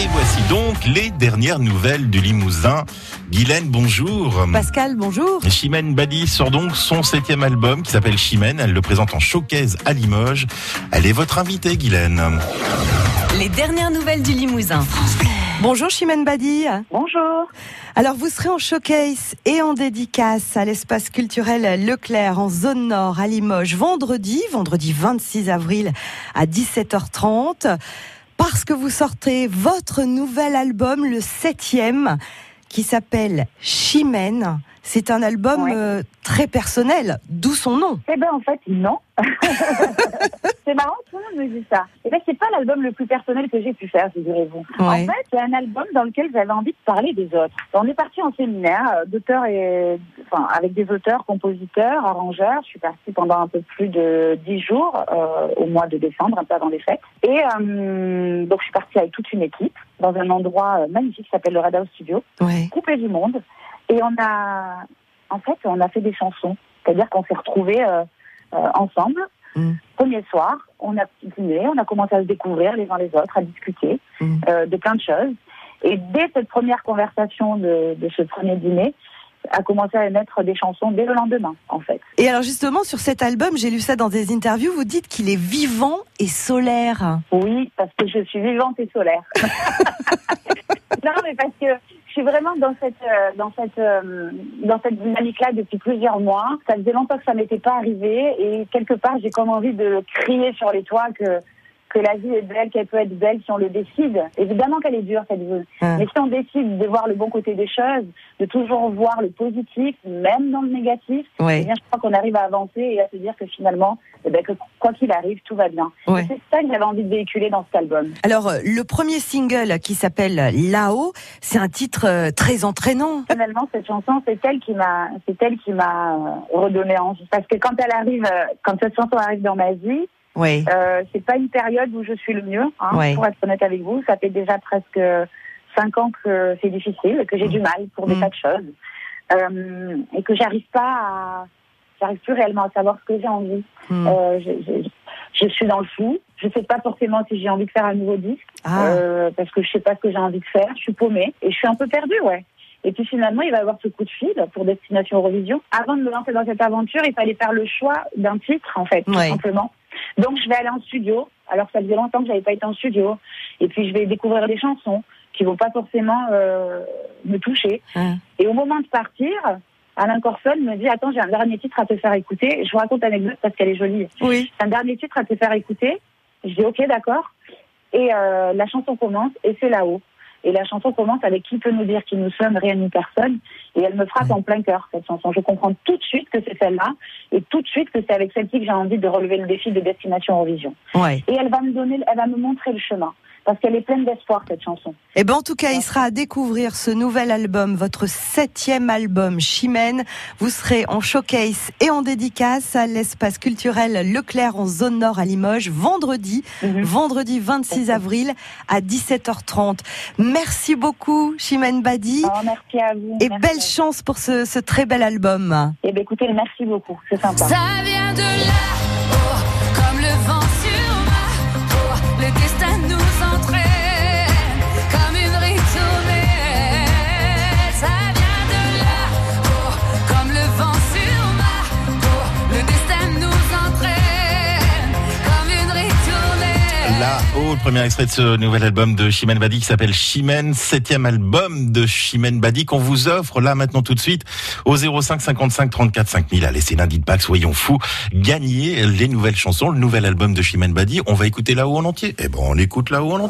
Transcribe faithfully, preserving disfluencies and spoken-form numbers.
Et voici donc les dernières nouvelles du Limousin. Guylaine, bonjour. Pascal, bonjour. Chimène Badi sort donc son septième album qui s'appelle Chimène. Elle le présente en showcase à Limoges. Elle est votre invitée, Guylaine. Les dernières nouvelles du Limousin. Bonjour Chimène Badi. Bonjour. Alors vous serez en showcase et en dédicace à l'espace culturel Leclerc en zone nord à Limoges vendredi, vendredi vingt-six avril à dix-sept heures trente. Parce que vous sortez votre nouvel album, le septième, qui s'appelle Chimène. C'est un album ouais. euh, très personnel, d'où son nom. Eh ben en fait, non. C'est marrant, tout le monde me dit ça. Eh ben c'est pas l'album le plus personnel que j'ai pu faire, figurez-vous. Ouais. En fait, c'est un album dans lequel j'avais envie de parler des autres. On est parti en séminaire d'auteurs et, enfin, avec des auteurs, compositeurs, arrangeurs. Je suis partie pendant un peu plus de dix jours euh, au mois de décembre, un peu avant les fêtes. Et euh, donc je suis partie avec toute une équipe dans un endroit magnifique qui s'appelle le Red House Studio, ouais. coupé du monde. Et on a, en fait, on a fait des chansons. C'est-à-dire qu'on s'est retrouvés euh, euh, ensemble. Mmh. Premier soir, on a dîné, on a commencé à se découvrir les uns les autres, à discuter mmh. euh, de plein de choses. Et dès cette première conversation de, de ce premier dîner, a commencé à émettre des chansons dès le lendemain, en fait. Et alors justement, sur cet album, j'ai lu ça dans des interviews, vous dites qu'il est vivant et solaire. Oui, parce que je suis vivante et solaire. Non, mais parce que je suis vraiment dans cette euh, dans cette euh, dans cette dynamique-là depuis plusieurs mois. Ça faisait longtemps que ça m'était pas arrivé et quelque part j'ai comme envie de crier sur les toits que que la vie est belle, qu'elle peut être belle si on le décide. Évidemment qu'elle est dure cette vie, mmh. mais si on décide de voir le bon côté des choses, de toujours voir le positif, même dans le négatif, ouais. eh bien je crois qu'on arrive à avancer et à se dire que finalement, eh bien, que quoi qu'il arrive, tout va bien. Ouais. C'est ça que j'avais envie de véhiculer dans cet album. Alors le premier single qui s'appelle Là-haut, c'est un titre très entraînant. Personnellement, cette chanson, c'est elle qui m'a, c'est elle qui m'a redonné envie. Parce que quand elle arrive, quand cette chanson arrive dans ma vie. Oui. Euh, c'est pas une période où je suis le mieux, hein, oui. pour être honnête avec vous. Ça fait déjà presque cinq ans que c'est difficile, que j'ai mmh. du mal pour des mmh. tas de choses, euh, et que j'arrive pas à, j'arrive plus réellement à savoir ce que j'ai envie. Mmh. Euh, je, je, je suis dans le flou. Je sais pas forcément si j'ai envie de faire un nouveau disque, ah. euh, parce que je sais pas ce que j'ai envie de faire. Je suis paumée et je suis un peu perdue, ouais. Et puis finalement, il va y avoir ce coup de fil pour Destination Eurovision. Avant de me lancer dans cette aventure, il fallait faire le choix d'un titre, en fait, tout ouais. simplement. Donc je vais aller en studio, alors ça faisait longtemps que j'avais pas été en studio, et puis je vais découvrir des chansons qui vont pas forcément euh, me toucher. Mmh. Et au moment de partir, Alain Corson me dit « Attends, j'ai un dernier titre à te faire écouter. » Je vous raconte l'anecdote parce qu'elle est jolie. Oui. J'ai un dernier titre à te faire écouter. Je dis « Ok, d'accord. » Et euh, la chanson commence, et c'est Là-haut. Et la chanson commence avec « Qui peut nous dire qui nous sommes, rien ni personne ?» Et elle me frappe mmh. en plein cœur, cette chanson. Je comprends tout de suite que c'est celle-là, et tout de suite que c'est avec celle-ci que j'ai envie de relever le défi de Destination Eurovision. Ouais. Et elle va me donner, elle va me montrer le chemin. Parce qu'elle est pleine d'espoir, cette chanson. Eh ben, en tout cas, il sera à découvrir ce nouvel album, votre septième album, Chimène. Vous serez en showcase et en dédicace à l'espace culturel Leclerc en zone nord à Limoges, vendredi, mm-hmm. vendredi vingt-six avril à dix-sept heures trente. Merci beaucoup, Chimène Badi. Oh, merci à vous. Et merci belle chance pour ce, ce très bel album. Eh ben, écoutez, merci beaucoup. C'est sympa. Ça vient de là, oh, comme le vent sur ma peau, le destin nous entraîne comme une ritournelle. Ça vient de là, oh, comme le vent sur ma peau, le destin nous entraîne comme une ritournelle. Là-haut, le premier extrait de ce nouvel album de Chimène Badi qui s'appelle Chimène, septième album de Chimène Badi qu'on vous offre là maintenant tout de suite au zéro cinq cinquante-cinq trente-quatre cinq mille. Allez, c'est lundi de Pâques, soyons fous, gagnez les nouvelles chansons, le nouvel album de Chimène Badi. On va écouter Là-haut en entier. Eh ben, on écoute Là-haut en entier.